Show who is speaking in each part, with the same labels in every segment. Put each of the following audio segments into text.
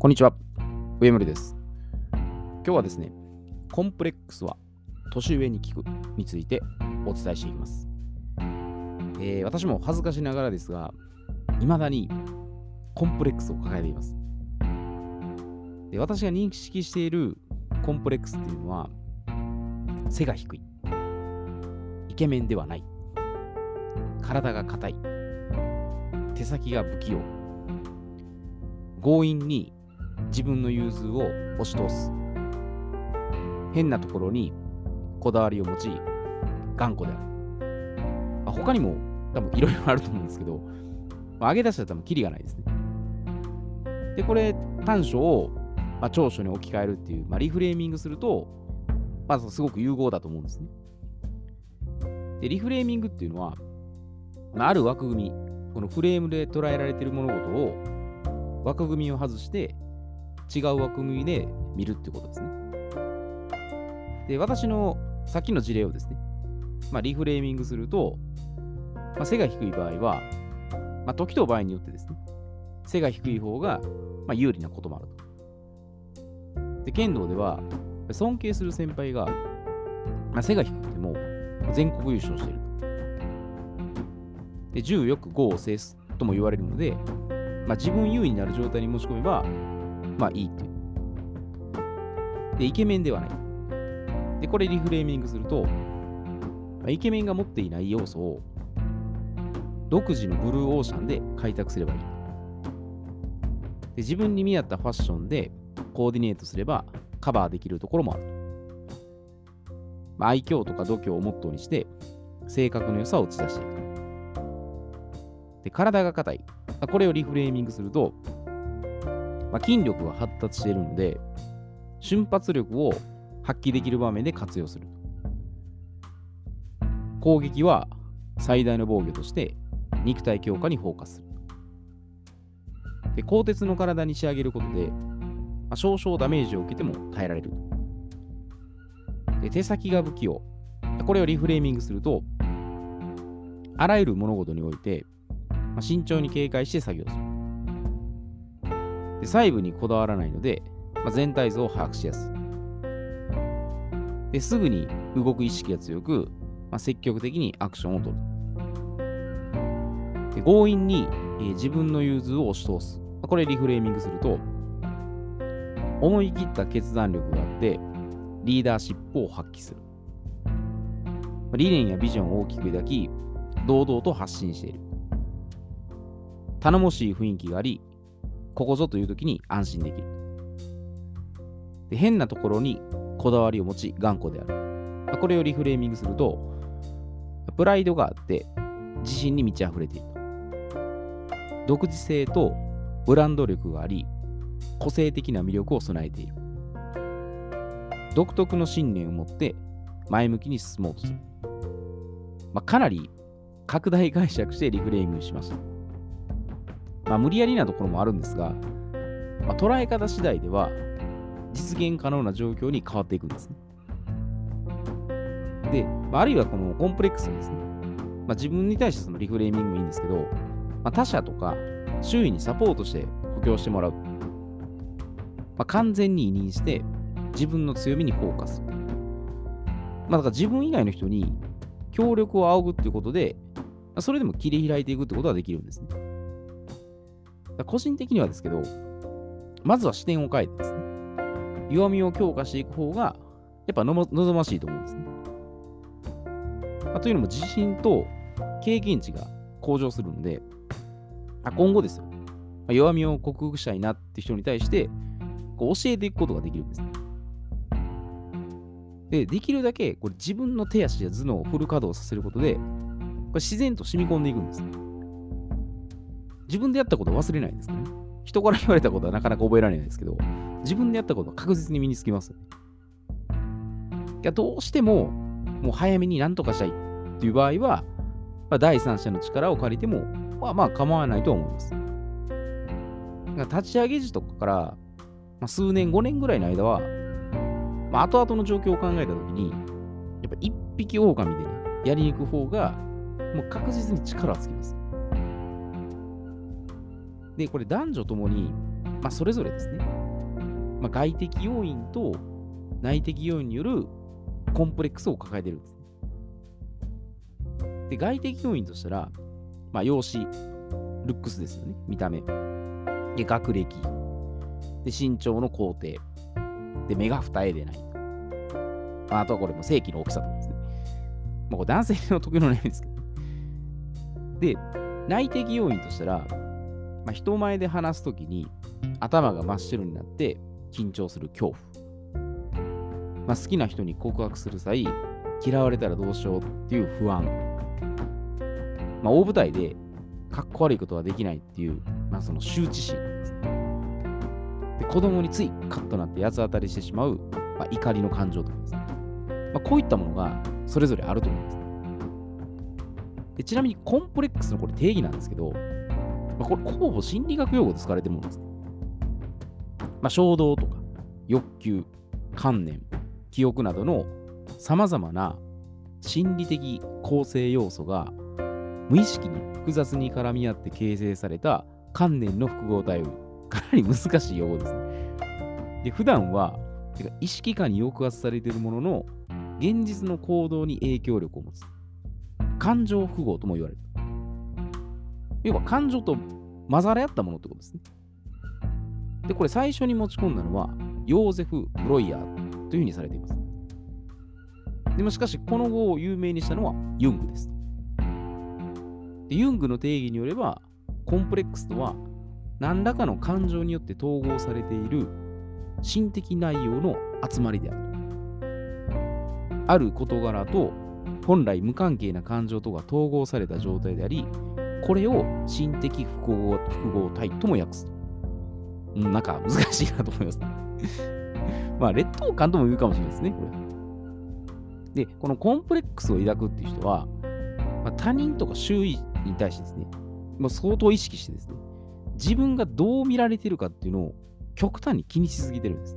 Speaker 1: こんにちは、上森です。今日はですね、コンプレックスは年上に効くについてお伝えしていきます。私も恥ずかしながらですが、未だにコンプレックスを抱えています。で、私が認識しているコンプレックスっていうのは、背が低い、イケメンではない、体が硬い、手先が不器用、強引に自分の融通を押し通す。変なところにこだわりを持ち、頑固である。他にも多分いろいろあると思うんですけど、上げ出したら多分キリがないですね。で、これ、短所を、長所に置き換えるっていう、リフレーミングすると、すごく有効だと思うんですね。で、リフレーミングっていうのは、ある枠組み、このフレームで捉えられている物事を枠組みを外して違う枠組みで見るってことですね。で、私のさっきの事例をですね、リフレーミングすると、背が低い場合は、時と場合によってですね、背が低い方が有利なこともあると。で、剣道では尊敬する先輩が、背が低くても全国優勝していると。で、柔よく剛を制すとも言われるので、自分優位になる状態に持ち込めば、いいっていう。で、イケメンではない。で、これリフレーミングすると、イケメンが持っていない要素を独自のブルーオーシャンで開拓すればいい。で、自分に見合ったファッションでコーディネートすればカバーできるところもある。愛嬌とか度胸をモットーにして性格の良さを打ち出していく。で、体が硬い。これをリフレーミングすると、筋力が発達しているので、瞬発力を発揮できる場面で活用する。攻撃は最大の防御として肉体強化にフォーカスする。で、鋼鉄の体に仕上げることで、少々ダメージを受けても耐えられる。で、手先が不器用。これをリフレーミングすると、あらゆる物事において、慎重に警戒して作業する。で、細部にこだわらないので、全体像を把握しやすい。で、すぐに動く意識が強く、積極的にアクションを取る。で、強引に、自分の融通を押し通す。これリフレーミングすると、思い切った決断力があって、リーダーシップを発揮する。理念やビジョンを大きく抱き、堂々と発信している。頼もしい雰囲気があり、ここぞという時に安心できる。で、変なところにこだわりを持ち、頑固である。これをリフレーミングすると、プライドがあって自信に満ち溢れている。独自性とブランド力があり、個性的な魅力を備えている。独特の信念を持って前向きに進もうとする。かなり拡大解釈してリフレーミングしました。無理やりなところもあるんですが、捉え方次第では実現可能な状況に変わっていくんですね。で、あるいはこのコンプレックスですね。自分に対してそのリフレーミングもいいんですけど、他者とか周囲にサポートして補強してもらう。完全に委任して自分の強みにフォーカス。だから自分以外の人に協力を仰ぐっていうことで、それでも切り開いていくってことができるんですね。個人的にはですけど、まずは視点を変えてですね、弱みを強化していく方が、やっぱ望ましいと思うんですね。というのも自信と経験値が向上するので、今後ですよ、弱みを克服したいなって人に対して、教えていくことができるんですね。で、できるだけこれ自分の手足や頭脳をフル稼働させることで、これ自然と染み込んでいくんですね。自分でやったことは忘れないんですけどね。人から言われたことはなかなか覚えられないですけど、自分でやったことは確実に身につきます。どうしても、もう早めに何とかしたいっていう場合は、第三者の力を借りても、構わないと思います。立ち上げ時とかから、数年、5年ぐらいの間は、後々の状況を考えたときに、やっぱ一匹狼でね、やりに行く方が、もう確実に力はつきます。で、これ男女ともに、それぞれですね、 外的要因と内的要因によるコンプレックスを抱えてるんです。で、外的要因としたら、容姿、ルックスですよね、見た目。で、学歴。で、身長の高低。で、目が二重でない。あとはこれも正規の大きさとかですね。これ男性の特有の悩みですけど。で、内的要因としたら、人前で話すときに頭が真っ白になって緊張する恐怖。好きな人に告白する際、嫌われたらどうしようっていう不安。大舞台でかっこ悪いことができないっていう、その羞恥心ですね。で、子供についカッとなって八つ当たりしてしまう、怒りの感情とかですね。こういったものがそれぞれあると思うんです。で、ちなみにコンプレックスのこれ定義なんですけど、これほぼ心理学用語で使われてるものですね。衝動とか欲求、観念、記憶などの様々な心理的構成要素が無意識に複雑に絡み合って形成された観念の複合体を、かなり難しい用語ですね。で、普段は意識下に抑圧されているものの現実の行動に影響力を持つ感情符号とも言われる。要は感情と混ざり合ったものってことですね。で、これ最初に持ち込んだのはヨーゼフ・ブロイヤーというふうにされています。でもしかしこの語を有名にしたのはユングです。で、ユングの定義によればコンプレックスとは何らかの感情によって統合されている心的内容の集まりである。ある事柄と本来無関係な感情とが統合された状態であり、これを心的複合体とも訳すと。なんか難しいなと思いますね。劣等感とも言うかもしれないですね、これ。で、このコンプレックスを抱くっていう人は、他人とか周囲に対してですね、相当意識してですね、自分がどう見られてるかっていうのを極端に気にしすぎてるんです。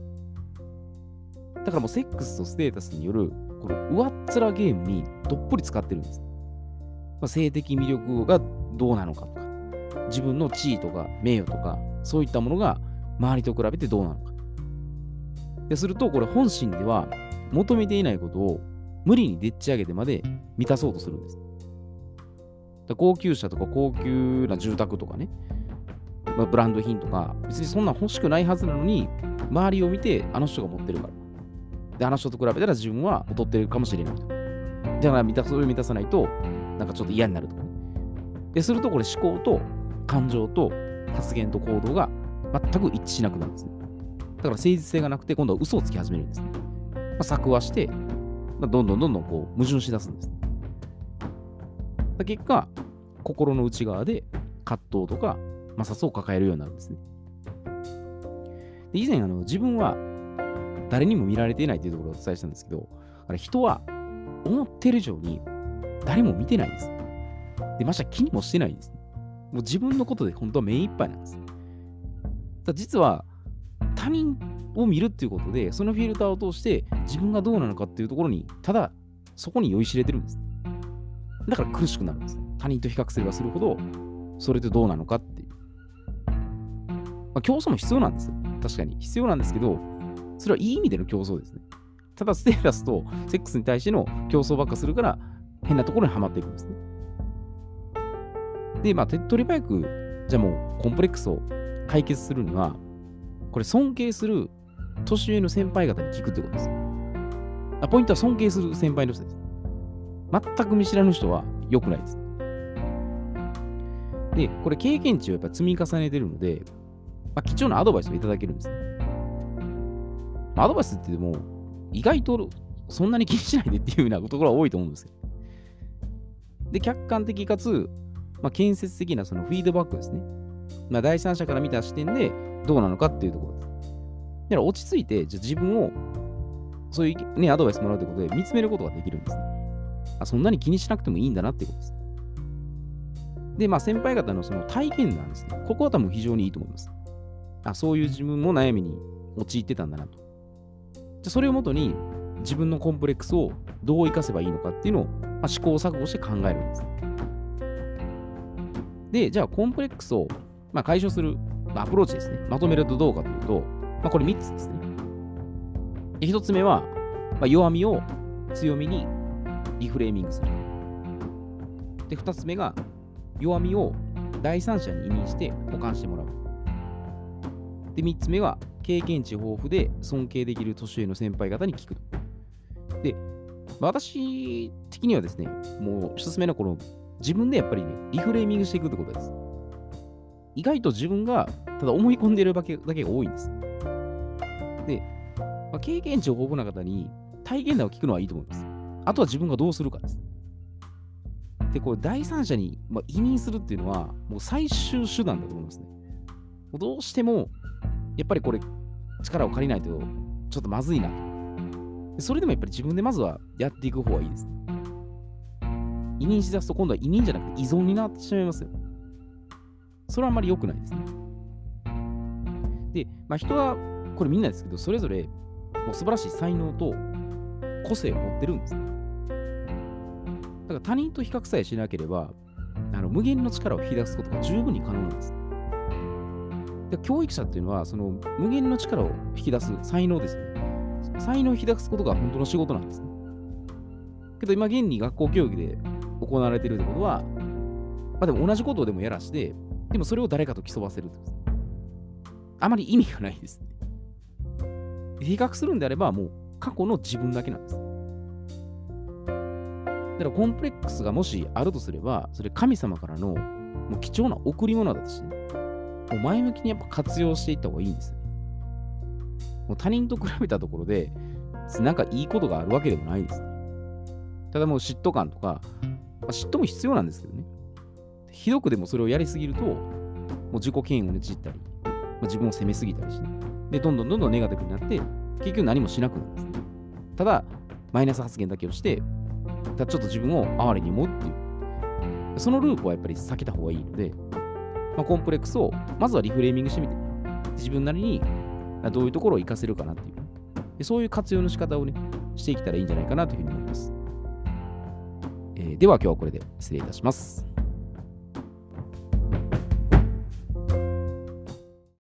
Speaker 1: だからもうセックスとステータスによるこの上っ面ゲームにどっぷり使ってるんです。性的魅力がどうなのかとか、自分の地位とか名誉とか、そういったものが周りと比べてどうなのか。ですると、これ本心では求めていないことを無理にでっち上げてまで満たそうとするんです。高級車とか高級な住宅とかね、ブランド品とか、別にそんな欲しくないはずなのに、周りを見てあの人が持ってるから。で、あの人と比べたら自分は劣ってるかもしれないと。だからそれを満たさないと、なんかちょっと嫌になるとかね。で、するとこれ思考と感情と発言と行動が全く一致しなくなるんですね。だから誠実性がなくて今度は嘘をつき始めるんですね。錯話して、どんどんこう矛盾しだすんです。結果、心の内側で葛藤とか摩擦を抱えるようになるんですね。で、以前自分は誰にも見られていないというところをお伝えしたんですけど、人は思ってる以上に誰も見てないんです。で、まして気にもしてないんです。もう自分のことで本当は目いっぱいなんです。実は他人を見るっていうことで、そのフィルターを通して自分がどうなのかっていうところに、ただそこに酔いしれてるんです。だから苦しくなるんです。他人と比較すればするほど、それってどうなのかっていう。競争も必要なんですよ。確かに必要なんですけど、それはいい意味での競争ですね。ただステータスとセックスに対しての競争ばっかするから、変なところにはまっていくんですね。で、手っ取り早く、じゃあもうコンプレックスを解決するには、これ尊敬する年上の先輩方に聞くってことです。ポイントは尊敬する先輩の人です。全く見知らぬ人は良くないです。で、これ経験値をやっぱ積み重ねてるので、貴重なアドバイスをいただけるんですね。アドバイスって言っても、意外とそんなに気にしないでっていうようなところが多いと思うんですよ。で、客観的かつ、建設的なそのフィードバックですね。第三者から見た視点でどうなのかっていうところです。だから落ち着いて、じゃあ自分をそういうね、アドバイスもらうということで見つめることができるんですね。そんなに気にしなくてもいいんだなっていうことです。で、先輩方のその体験なんですね。ここは多分非常にいいと思います。そういう自分も悩みに陥ってたんだなと。じゃそれをもとに自分のコンプレックスをどう生かせばいいのかっていうのを、試行錯誤して考えるんです。で、じゃあコンプレックスを、解消する、アプローチですね。まとめるとどうかというと、 これ3つですね。で1つ目は、弱みを強みにリフレーミングする。で、2つ目が、弱みを第三者に委任して補完してもらう。で、3つ目は、経験値豊富で尊敬できる年上の先輩方に聞く。で、私的にはですね、もう1つ目のこの自分でやっぱりね、リフレーミングしていくってことです。意外と自分がただ思い込んでるだけが多いんです。で、経験値豊富な方に体験談を聞くのはいいと思います。あとは自分がどうするかです。で、これ第三者に、委任するっていうのはもう最終手段だと思いますね。もうどうしてもやっぱりこれ力を借りないとちょっとまずいな。それでもやっぱり自分でまずはやっていく方がいいです。委任しだすと今度は委任じゃなくて依存になってしまいますよ。それはあんまり良くないですね。で、人はこれみんなですけど、それぞれもう素晴らしい才能と個性を持ってるんですね。だから他人と比較さえしなければ、無限の力を引き出すことが十分に可能なんです。で教育者っていうのは、その無限の力を引き出す才能ですね。才能を引き出すことが本当の仕事なんですね。けど今現に学校教育で行われているってことは、でも同じことをでもやらして、でもそれを誰かと競わせるってことです。あまり意味がないです。比較するんであれば、もう過去の自分だけなんです。だからコンプレックスがもしあるとすれば、それ神様からのもう貴重な贈り物だとして、ね、もう前向きにやっぱ活用していった方がいいんですよ。もう他人と比べたところで、なんかいいことがあるわけでもないですね。ただもう嫉妬感とか、嫉妬も必要なんですけどね。ひどくでもそれをやりすぎると、もう自己嫌悪に陥ったり、自分を責めすぎたりして、で、どんどんネガティブになって、結局何もしなくなるんですね。ただ、マイナス発言だけをして、ちょっと自分を哀れに思うっていう。そのループはやっぱり避けた方がいいので、コンプレックスをまずはリフレーミングしてみて、自分なりにどういうところを活かせるかなっていう。でそういう活用の仕方をね、していけたらいいんじゃないかなというふうに思います。では今日はこれで失礼いたします。